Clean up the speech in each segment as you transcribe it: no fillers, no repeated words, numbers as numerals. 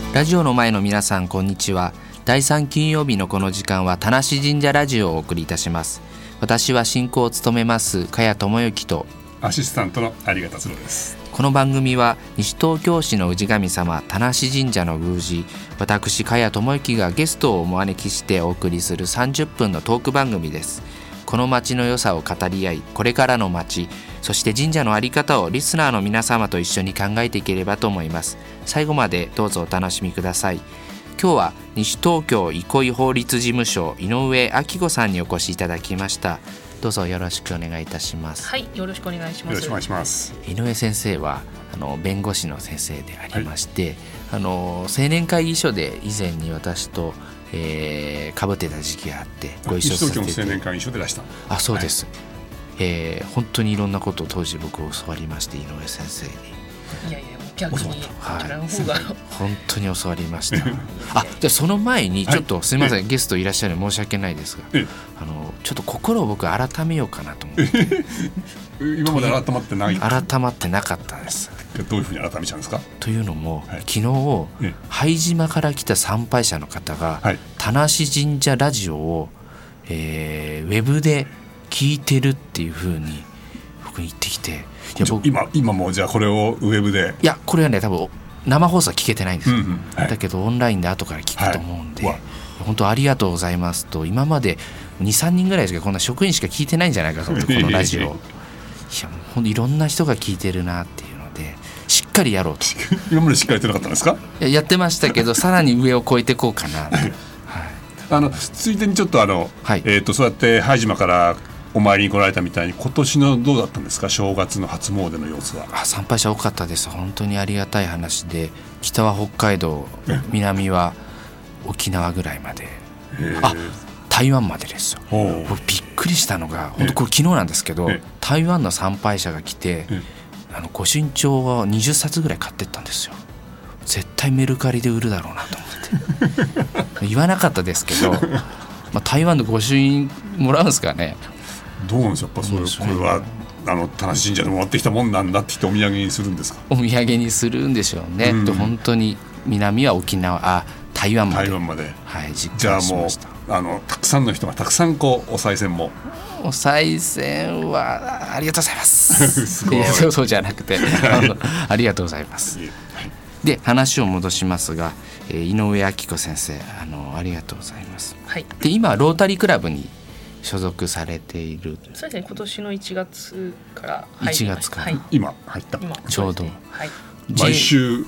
ラジオの前の皆さん、こんにちは。第3金曜日のこの時間は田無神社ラジオをお送りいたします。私は進行を務めます茅智之とアシスタントの有賀達郎です。 この番組は西東京市の氏神様田無神社の宮司、私茅智之がゲストをお招きしてお送りする30分のトーク番組です。この町の良さを語り合い、これからの町、そして神社の在り方をリスナーの皆様と一緒に考えていければと思います。最後までどうぞお楽しみください。今日は西東京憩い法律事務所井上明子さんにお越しいただきました。どうぞよろしくお願いいたします。 はい、よろしくお願いします。 よろしくお願いします。 井上先生は弁護士の先生でありまして、青年会議所で以前に私とかぶってた時期があってご一緒させていただいて、 西東京の青年会議所でいらした。 あ、そうです、本当にいろんなことを当時僕教わりまして、井上先生に。 いやいや、逆にこちらの方が、 本当に教わりましたあ、じゃあその前にちょっと、すみません、ゲストいらっしゃるので申し訳ないですが、ちょっと心を僕改めようかなと思って今まで改まってない。 改まってなかったです。 どういうふうに改めちゃうんですか。 というのも、昨日、拝島から来た参拝者の方が、田無神社ラジオを、ウェブで聞いてるっていうふうに僕に言ってきて、いや今もじゃあこれをウェブで。 いや、これはね、多分生放送は聞けてないんです、だけどオンラインで後から聞くと思うんで、本当ありがとうございますと。今まで 2,3 人ぐらいしか、こんな職員しか聞いてないんじゃないかと思って、このラジオいや、もうほんといろんな人が聞いてるなっていうので、しっかりやろうと今までしっかりやってなかったんですか。 やってましたけどさらに上を超えていこうかなとついでにちょっとそうやって拝島からお参りに来られたみたいに、今年のどうだったんですか、正月の初詣の様子は。 参拝者多かったです。本当にありがたい話で、北は北海道、南は沖縄ぐらいまで、台湾までですよ。僕びっくりしたのが、本当これ昨日なんですけど、台湾の参拝者が来て、御朱印帳を20冊ぐらい買ってったんですよ。絶対メルカリで売るだろうなと思って言わなかったですけど、台湾の御朱印もらうんですかね。 どうなんですか。やっぱこれは田無神社でもらってきたもんなんだって言ってお土産にするんですか。 お土産にするんでしょうね、本当に南は沖縄、台湾まで、 じゃあもうたくさんの人がたくさんお賽銭も。 お賽銭はありがとうございますすごい。 そうじゃなくてありがとうございます。で、話を戻しますが、井上明子先生、ありがとうございます。で、今ロータリークラブに所属されている。 そうですね、今年の1月から入りました。 今入った。 ちょうど、 毎週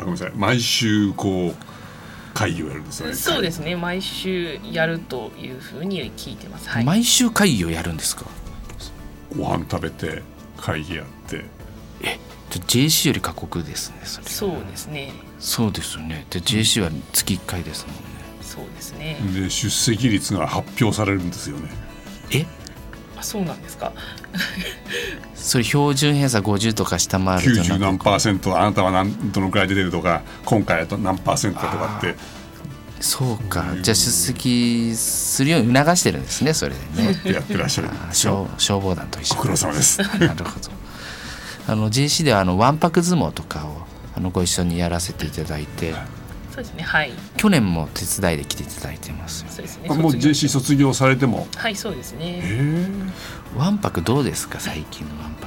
会議をやるんですよね。 そうですね、毎週やるというふうに聞いてます。 毎週会議をやるんですか。 ご飯食べて会議やって。 JC より過酷ですね。 そうですね。 そうですよね。で JC は月1回ですもんね。 そうですね。 で出席率が発表されるんですよね。 そうなんですか。 それ標準偏差50とか下回ると 90何%、あなたはどのくらい出てるとか、今回は何%とかって。 そうか、じゃあ出席するように促してるんですね。それでねやってらっしゃるんですよ。 消防団と一緒に。 ご苦労様です。 なるほど。JC ではわんぱく相撲とかをご一緒にやらせていただいて。 そうですね、 去年も手伝いで来ていただいてますよ。 そうですね。 もう JC 卒業されても。 そうですね。 わんぱくどうですか、最近のわんぱ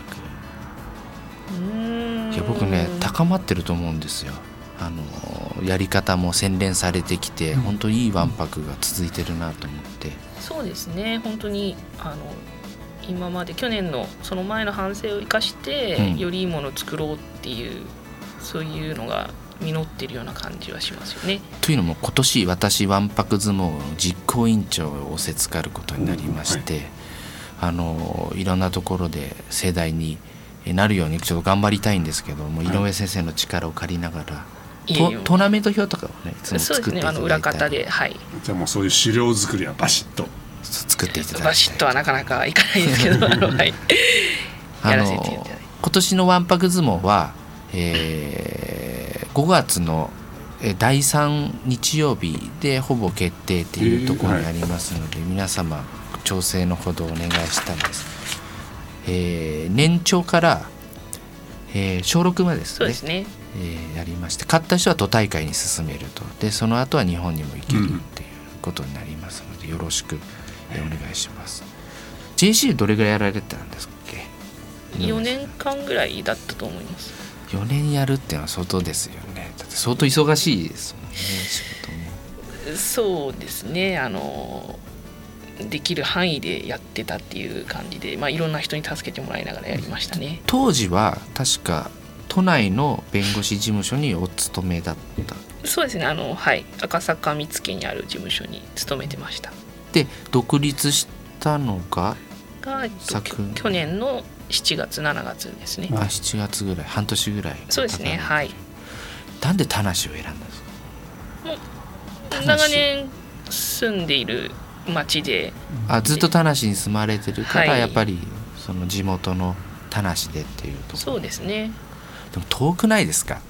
く。いや、僕ね、高まってると思うんですよ。やり方も洗練されてきて、本当にいいわんぱくが続いてるなと思って。 そうですね、本当に今まで去年のその前の反省を生かして、よりいいものを作ろうっていう、そういうのが実っているような感じはしますよね。 というのも、今年私わんぱく相撲の実行委員長を仰せつかることになりまして、いろんなところで盛大になるようにちょっと頑張りたいんですけども、井上先生の力を借りながら、トーナメント表とかをね、いつも作っていただいたり。 裏方で、 じゃあもうそういう資料作りはバシッと作っていただいたり。 バシッとはなかなかいかないですけどやらせていただいて。 今年のわんぱく相撲は、5月の第3日曜日でほぼ決定というところにありますので、皆様調整のほどお願いしたいです。年長から、小6までですね。 そうですね。 やりまして、勝った人は都大会に進めると。でその後は日本にも行けるっていうことになりますので、よろしくお願いします。JCU どれぐらいやられてたんですっけ ？4年間ぐらいだったと思います。 4年やるっていうのは相当ですよね。だって相当忙しいですもんね、仕事も。 そうですね、できる範囲でやってたっていう感じで、いろんな人に助けてもらいながらやりましたね。 当時は確か都内の弁護士事務所にお勤めだった？ そうですね、赤坂見附にある事務所に勤めてました。 で独立したのが去年の7月7月ですね。 7月ぐらい、半年ぐらい。 そうですね、はい。 なんで田無を選んだんですか？ 長年住んでいる町で、 ずっと田無に住まれてるから、やっぱりその地元の田無でっていうところ。 そうですね。 でも遠くないですか？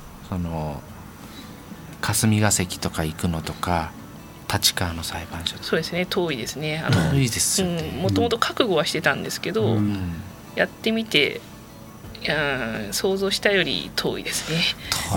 霞が関とか行くのとか立川の裁判所。 そうですね、遠いですね。 遠いですよね。 もともと覚悟はしてたんですけど、やってみて想像したより遠いですね。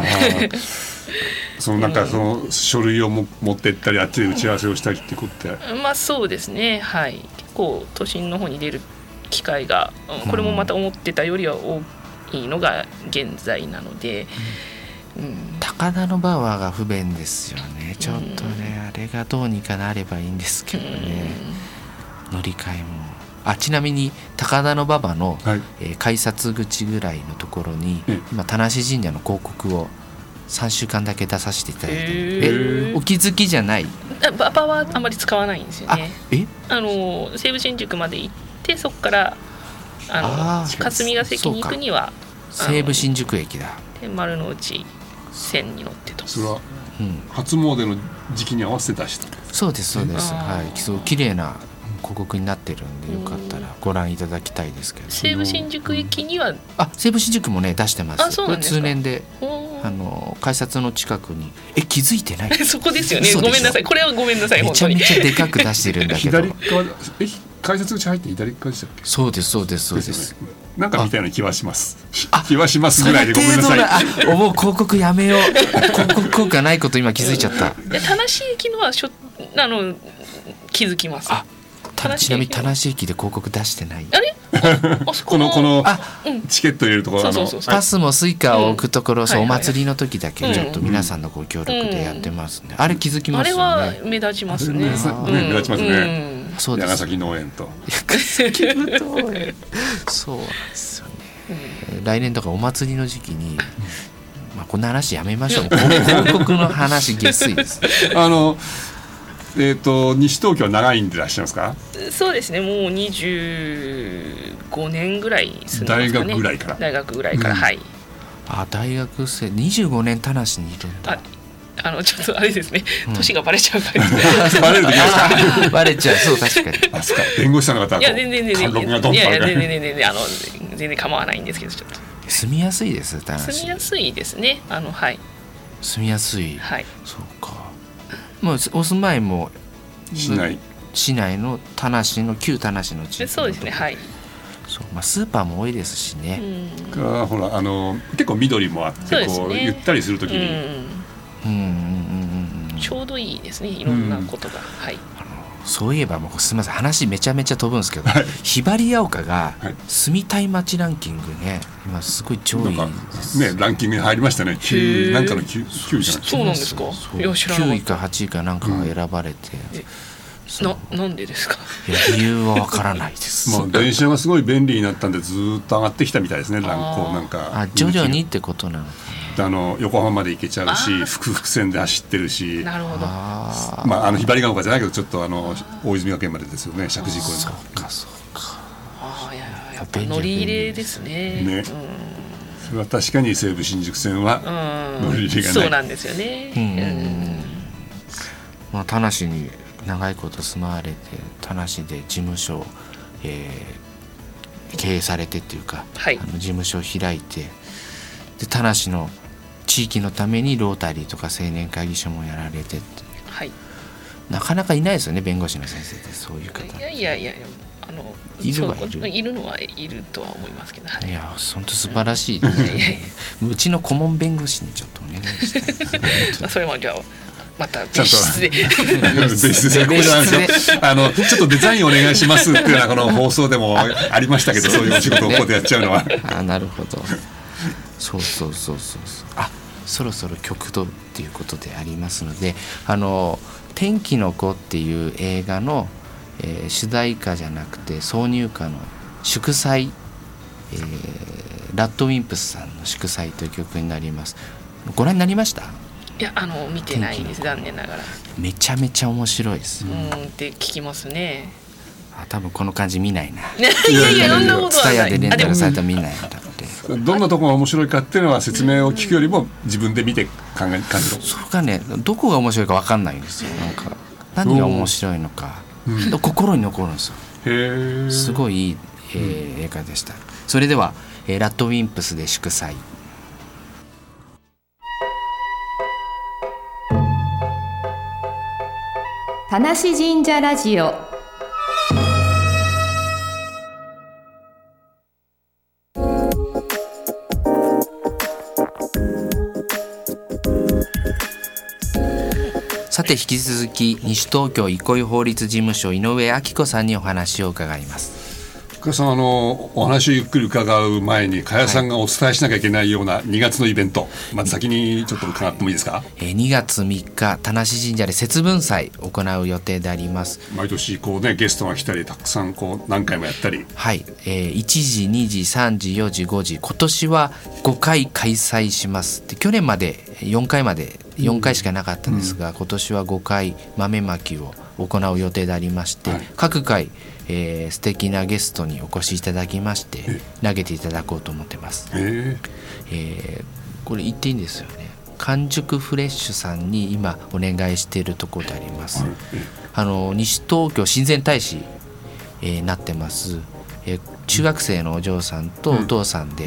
そのなんかその書類を持ってったりあっちで打ち合わせをしたりってことって、 そうですね、はい。結構都心の方に出る機会が、これもまた思ってたよりは多いのが現在なので、 高田馬場が不便ですよね。ちょっとね、あれがどうにかなればいいんですけどね、乗り換えも。ちなみに高田馬場の、改札口ぐらいのところに、今田無神社の広告を3週間だけ出させていただいて、お気づきじゃない？ 馬場はあまり使わないんですよね。西武新宿まで行って、そこから霞が関に行くには西武新宿駅だ。 で丸の内線に乗ってと。 それは、初詣の時期に合わせて出したんですか？ そうですそうです。そう綺麗な広告になってるんで、よかったらご覧いただきたいですけど。 西武新宿駅には西武新宿もね出してます。 そうなんですか？ 通年で改札の近くに気づいてない？ そこですよね。ごめんなさい。これはごめんなさい。 めちゃめちゃでかく出してるんだけど。 左側改札口入って左側でしたっけ？ そうですそうですそうです。 なんかみたいな気はします。気はしますぐらいでごめんなさい。 もう広告やめよう。広告効果ないこと今気づいちゃった。 田無駅のは気づきます。 ちなみに田無駅で広告出してない？ あれ？ このチケット入れるところ、 パスもスイカを置くところ、お祭りの時だけちょっと皆さんのご協力でやってますね。あれ気づきますよね。 あれは目立ちますね。 目立ちますね。 そうです。 長崎農園と。 そうなんですよね。来年とかお祭りの時期に、こんな話やめましょう。広告の話下水です。 西東京は長いんでいらっしゃいますか？ そうですね、もう25年ぐらい住んでますかね。大学ぐらいから、はい。 大学生25年田無にいるんだ。 ちょっとあれですね、年がバレちゃうから。 バレる時ですか？ バレちゃう。そう、確かに。 弁護士さんの方は全然全然構わないんですけど、ちょっと住みやすいです。田無住みやすいですね。はい。 住みやすい。 はい。 そうか。もうお住まいも市内の田無の旧田無の地域。 そうですね、はい。 そう、スーパーも多いですしね。 ほら結構緑もあって、こうゆったりするときにちょうどいいですね、いろんなことが。はい。 そういえばもうすみません、話めちゃめちゃ飛ぶんですけど、ひばりやおかが住みたい街ランキングね、今すごい上位ですね。 ランキングに入りましたね。なんかの9位じゃない？ そうなんですか。 9位か8位かなんかが選ばれて、 なんでですか？ 理由はわからないです。 電車がすごい便利になったんでずっと上がってきたみたいですね。なんか徐々にってことなのかな。横浜まで行けちゃうし、複々線で走ってるし。 なるほど。 ひばりが丘じゃないけどちょっと大泉学園までですよね。石神井公園。 そうか。 やっぱ乗り入れですね。 それは確かに西武新宿線は乗り入れがない。 そうなんですよね。 田無に長いこと住まわれて、田無で事務所を、経営されてっていうか、事務所を開いて、で田無の地域のためにロータリーとか青年会議所もやられてっていう、なかなかいないですよね、弁護士の先生ってそういう方。 いやいるのはいるとは思いますけど、はい、 いや本当素晴らしいですねうちの顧問弁護士にちょっとお願いしてそれもじゃあまた別室で別室でここじゃないですよちょっとデザインお願いしますっていうのはこの放送でもありましたけどそういうお仕事をここでやっちゃうのはなるほどそうそろそろ曲とっていうことでありますので天気の子っていう映画の、主題歌じゃなくて挿入歌の祝祭、ラッドウィンプスさんの祝祭という曲になります。ご覧になりました？ いや見てないです、残念ながら。 めちゃめちゃ面白いです。 って聞きますね。 多分この感じ見ないな。 いやそんなことはない。 TSUTAYAでレンタルされたら見ないんだって。 どんなところが面白いかっていうのは説明を聞くよりも自分で見て感じろ。 そうかね、どこが面白いか分かんないんですよ。何が面白いのか、心に残るんですよ。 へえ。 すごいいい、映画でした。それでは、ラッドウィンプスで祝祭。 田無神社ラジオ。 さて引き続き西東京憩い法律事務所井上明子さんにお話を伺います。 加谷さんお話をゆっくり伺う前に加谷さんがお伝えしなきゃいけないような2月のイベント、まず先にちょっと伺ってもいいですか。 2月3日田無神社で節分祭を行う予定であります。 毎年ゲストが来たりたくさん何回もやったり、 はい、1時2時3時4時5時今年は5回開催します。で去年まで4回しかなかったんですが、今年は5回豆まきを行う予定でありまして、各回、素敵なゲストにお越しいただきまして投げていただこうと思ってます。これ言っていいんですよね。完熟フレッシュさんに今お願いしているところであります。西東京親善大使になってます。中学生のお嬢さんとお父さんで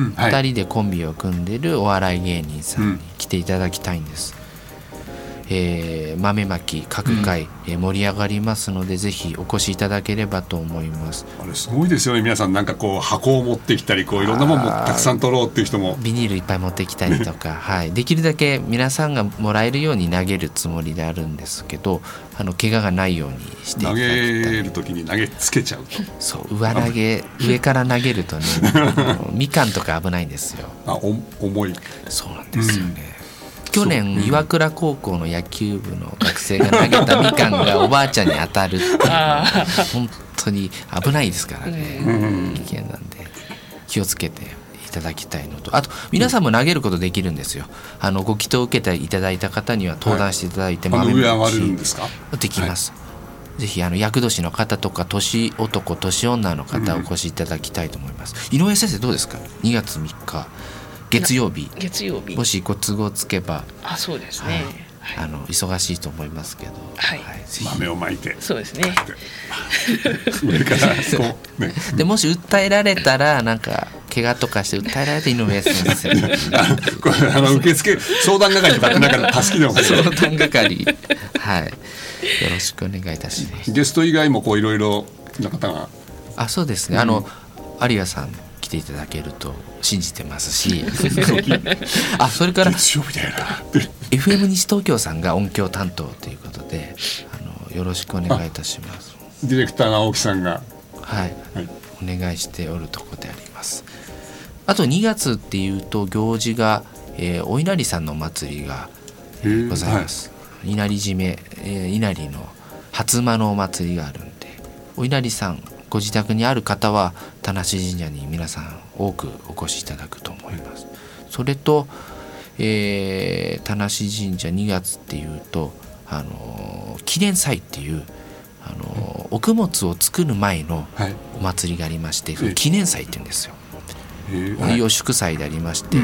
2人でコンビを組んでるお笑い芸人さんに来ていただきたいんです。豆まき各回、盛り上がりますのでぜひお越しいただければと思います。 あれすごいですよね。皆さん箱を持ってきたりいろんなものもたくさん取ろうっていう人もビニールいっぱい持ってきたりとか、はい、できるだけ皆さんがもらえるように投げるつもりであるんですけど怪我がないようにしていただきたい。 投げる時に投げつけちゃうとそう上から投げるとねみかんとか危ないんですよ。 重い。 そうなんですよね。去年岩倉高校の野球部の学生が投げたみかんがおばあちゃんに当たるっていう本当に危ないですからね、危険なんで気をつけていただきたいのと、あと皆さんも投げることできるんですよ。ご祈祷を受けていただいた方には登壇していただいて上上がるんですか。 できます、ぜひ厄年の方とか年男年女の方お越しいただきたいと思います。井上先生どうですか。2月3日月曜日もしご都合つけば。 そうですね、 忙しいと思いますけど、 豆をまいてそうですね上からでもし訴えられたら怪我とかして訴えられて井上先生受付相談係とか助けても相談係はい、よろしくお願いいたします。 ゲスト以外もいろいろな方がそうですね、有賀さん来ていただけると信じてますしそれから月曜日だよな FM 西東京さんが音響担当ということでよろしくお願いいたします。 ディレクターの青木さんがお願いしておるところであります。あと2月っていうと行事が、お稲荷さんのお祭りが、ございます。稲荷締め、稲荷の初馬のお祭りがあるんでお稲荷さんご自宅にある方は田無神社に皆さん多くお越しいただくと思います。それと、田無神社2月っていうと記念祭っていうお供物を作る前のお祭りがありまして、記念祭って言うんですよ。祝祭でありまして、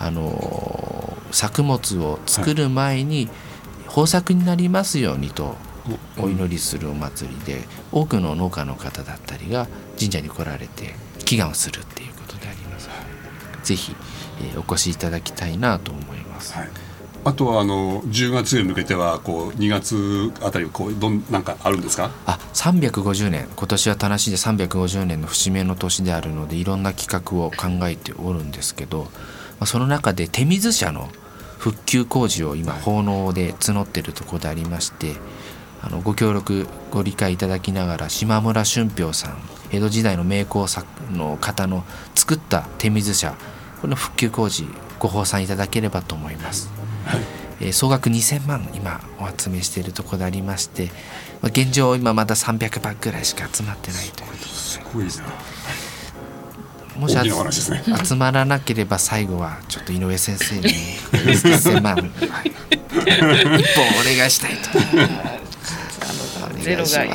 作物を作る前に豊作になりますようにとお祈りするお祭りで、多くの農家の方だったりが神社に来られて祈願をするっていうことであります。ぜひ、お越しいただきたいなと思います。 あとは10月へ向けてはこう2月あたりなんかあるんですか。 350年、今年は田無で350年の節目の年であるので、いろんな企画を考えておるんですけど、その中で手水舎の復旧工事を今奉納で募っているところでありまして、ご協力ご理解いただきながら、島村俊平さん、江戸時代の名工作の方の作った手水舎、この復旧工事ご奉賛いただければと思います。総額2000万今お集めしているところでありまして、現状今まだ300万ぐらいしか集まってないということです。 すごいですね。 もし大きな話ですね。 集まらなければ最後はちょっと井上先生に1000万、一本お願いしたいと。 ゼ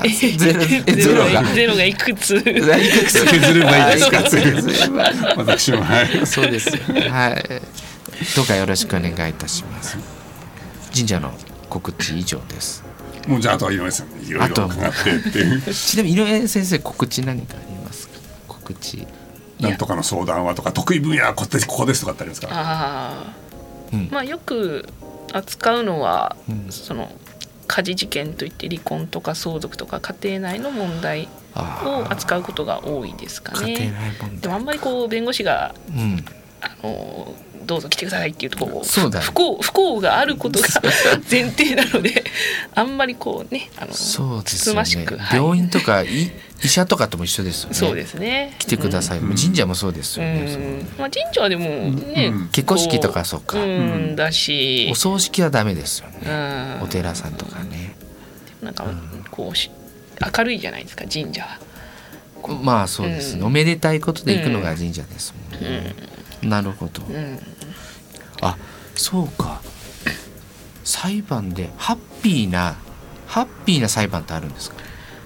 ロがいくつ削ればいいですか。私もそうですよ、どうかよろしくお願いいたします。神社の告知以上です。 もうじゃあ、あとは井上さんにいろいろ伺ってっていう。 ちなみに井上先生、告知何かありますか。告知なんとかの相談はとか、得意分野はここですとかってありますか。 よく扱うのは、その家事事件といって離婚とか相続とか家庭内の問題を扱うことが多いですかね。でもあんまり弁護士が、どうぞ来てくださいっていうと不幸があることが前提なので、あんまりそうですよね、 つましく、 病院とか医者とかとも一緒ですよね。 そうですね、 来てください、神社もそうですよね。 神社はでもね、 結婚式とかそうか、 だし、 お葬式はダメですよね、お寺さんとかね。 なんか明るいじゃないですか、神社は。 そうですね、おめでたいことで行くのが神社ですもんね。なるほど、そうか。裁判でハッピーな裁判ってあるんですか。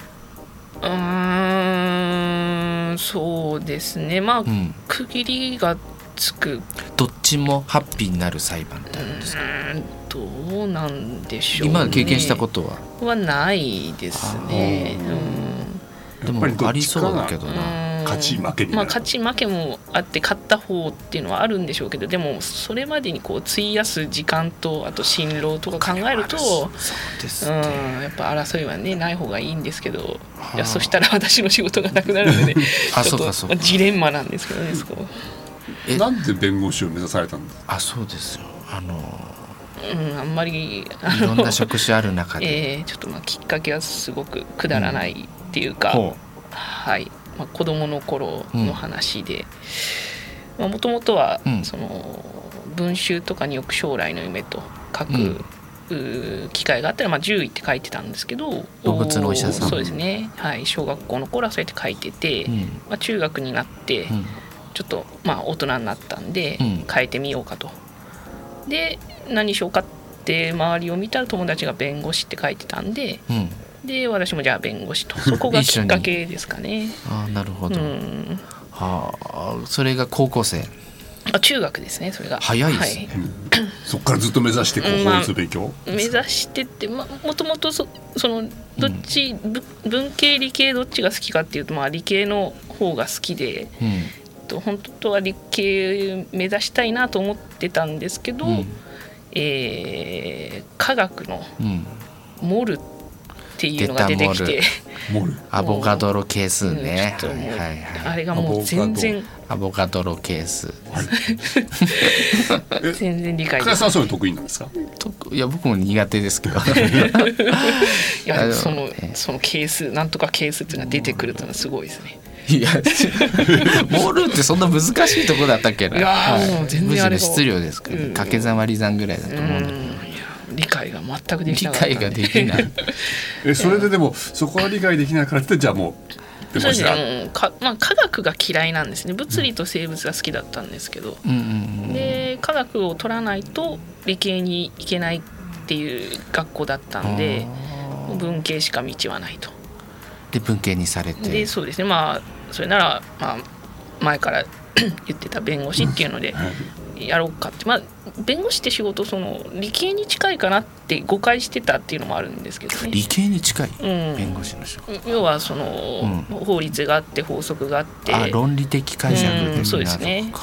そうですね、区切りがつく。 どっちもハッピーになる裁判ってあるんですか。 どうなんでしょうね。 今経験したことはないですね。 でもありそうだけどな。 勝ち負けになる。 勝ち負けもあって、勝った方っていうのはあるんでしょうけど、でもそれまでに費やす時間と、あと辛労とか考えると、やっぱ争いはねない方がいいんですけど、そしたら私の仕事がなくなるのでちょっとジレンマなんですけどね。 なんで弁護士を目指されたんですか。 そうですよ、 あんまりいろんな職種ある中で、 ちょっときっかけはすごくくだらないっていうか、子供の頃の話で、もともとはその文集とかによく将来の夢と書く機会があったら、獣医って書いてたんですけど、 動物のお医者さん。 そうですね、小学校の頃はそうやって書いてて、中学になってちょっと大人になったんで変えてみようかと。で何しようかって周りを見たら、友達が弁護士って書いてたんで、で私もじゃあ弁護士と、そこがきっかけですかね。 なるほど、それが高校生。 中学ですね。それが早いですね、 そこからずっと目指して法律勉強、 目指してて、もともとそのどっち、文系理系どっちが好きかっていうと、理系の方が好きで、本当は理系目指したいなと思ってたんですけど、科学のモルっていうのが出てきて、 アボガドロ係数ね、 あれがもう全然アボガドロ係数全然理解できない。 加谷さんはそれ得意なんですか。 いや僕も苦手ですけどいやその係数、なんとか係数っていうのが出てくるというのはすごいですね。 いやモルってそんな難しいところだったっけな。 いやもう全然あれ質量ですから、掛け算割り算ぐらいだと思うんだけど、 理解が全くできなかったんで。 理解ができないそれでもそこは理解できないからって、じゃあもうそうですね、科学が嫌いなんですね。物理と生物が好きだったんですけど、で科学を取らないと理系に行けないっていう学校だったんで、文系しか道はないと。 で文系にされて、 でそうですね、それなら、前から言ってた弁護士っていうのでやろうかって、弁護士って仕事理系に近いかなって誤解してたっていうのもあるんですけどね。 理系に近い、弁護士の仕事、 要は法律があって法則があって、 論理的解釈で、 そうですね。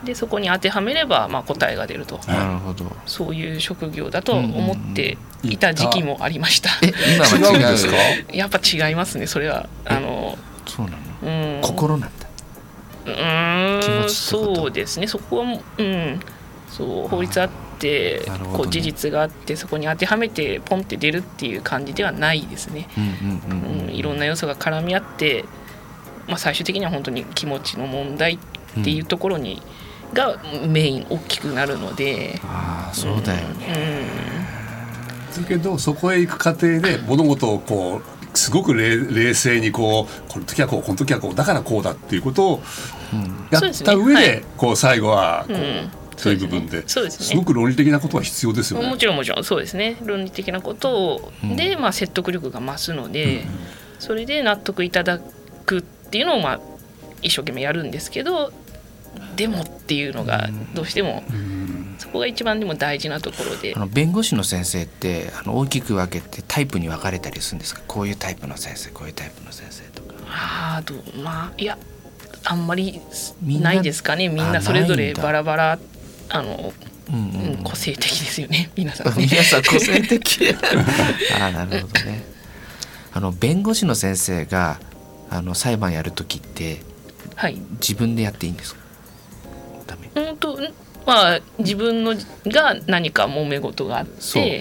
でそこに当てはめれば答えが出ると。 なるほど。 そういう職業だと思っていた時期もありました。 今は違うんですか？ やっぱ違いますね。それはそうなの、心なんだ。気持ちそうですね。そこはそう法律あってこう事実があってそこに当てはめてポンって出るっていう感じではないですね。いろんな要素が絡み合って、最終的には本当に気持ちの問題っていうところに、がメイン大きくなるので。 そうだよね。 だけどそこへ行く過程で物事をこうすごく冷静にこの時はこうこの時はこうだからこうだっていうことをやった上でこう最後はこうそういう部分ですごく論理的なことは必要ですよね。 もちろんそうですね。論理的なことで説得力が増すので、それで納得いただくっていうのを一生懸命やるんですけど、でもっていうのがどうしてもそこが一番でも大事なところで。 弁護士の先生って大きく分けてタイプに分かれたりするんですか？こういうタイプの先生、こういうタイプの先生とか。 いやあんまりないですかね。みんなそれぞれバラバラ個性的ですよね。皆さん個性的なるほどね。弁護士の先生が裁判やるときって、自分でやっていいんですか？ダメ？ 自分のが何か揉め事があって、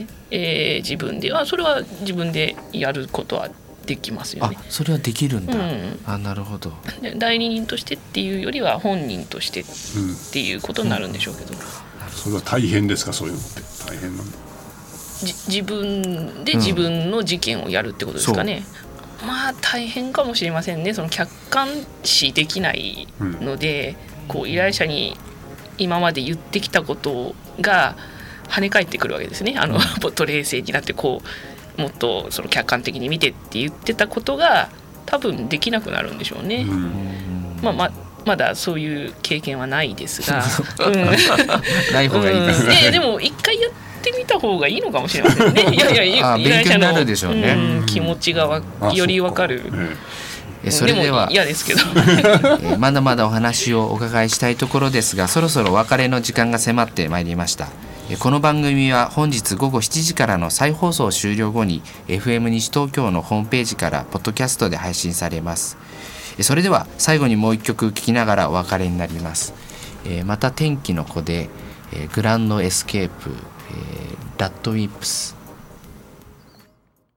自分でそれは自分でやることはできますよね。 それはできるんだ。なるほど。 代理人としてっていうよりは本人としてっていうことになるんでしょうけど、 それは大変ですか？そういうのって大変なんだ。 自分で自分の事件をやるってことですかね。大変かもしれませんね。その客観視できないので、こう依頼者に今まで言ってきたことが跳ね返ってくるわけですね。もっと冷静になってもっとその客観的に見てって言ってたことが多分できなくなるんでしょうね。まだそういう経験はないですがない方がいいですね。 でも一回やってみた方がいいのかもしれませんね。 勉強になるでしょうね。 気持ちがより分かる。 それではでも嫌ですけどまだまだお話をお伺いしたいところですが、そろそろお別れの時間が迫ってまいりました。この番組は本日午後7時からの再放送終了後に FM 西東京のホームページからポッドキャストで配信されます。それでは最後にもう一曲聴きながらお別れになります。また天気の子でグランドエスケープラッドウィップス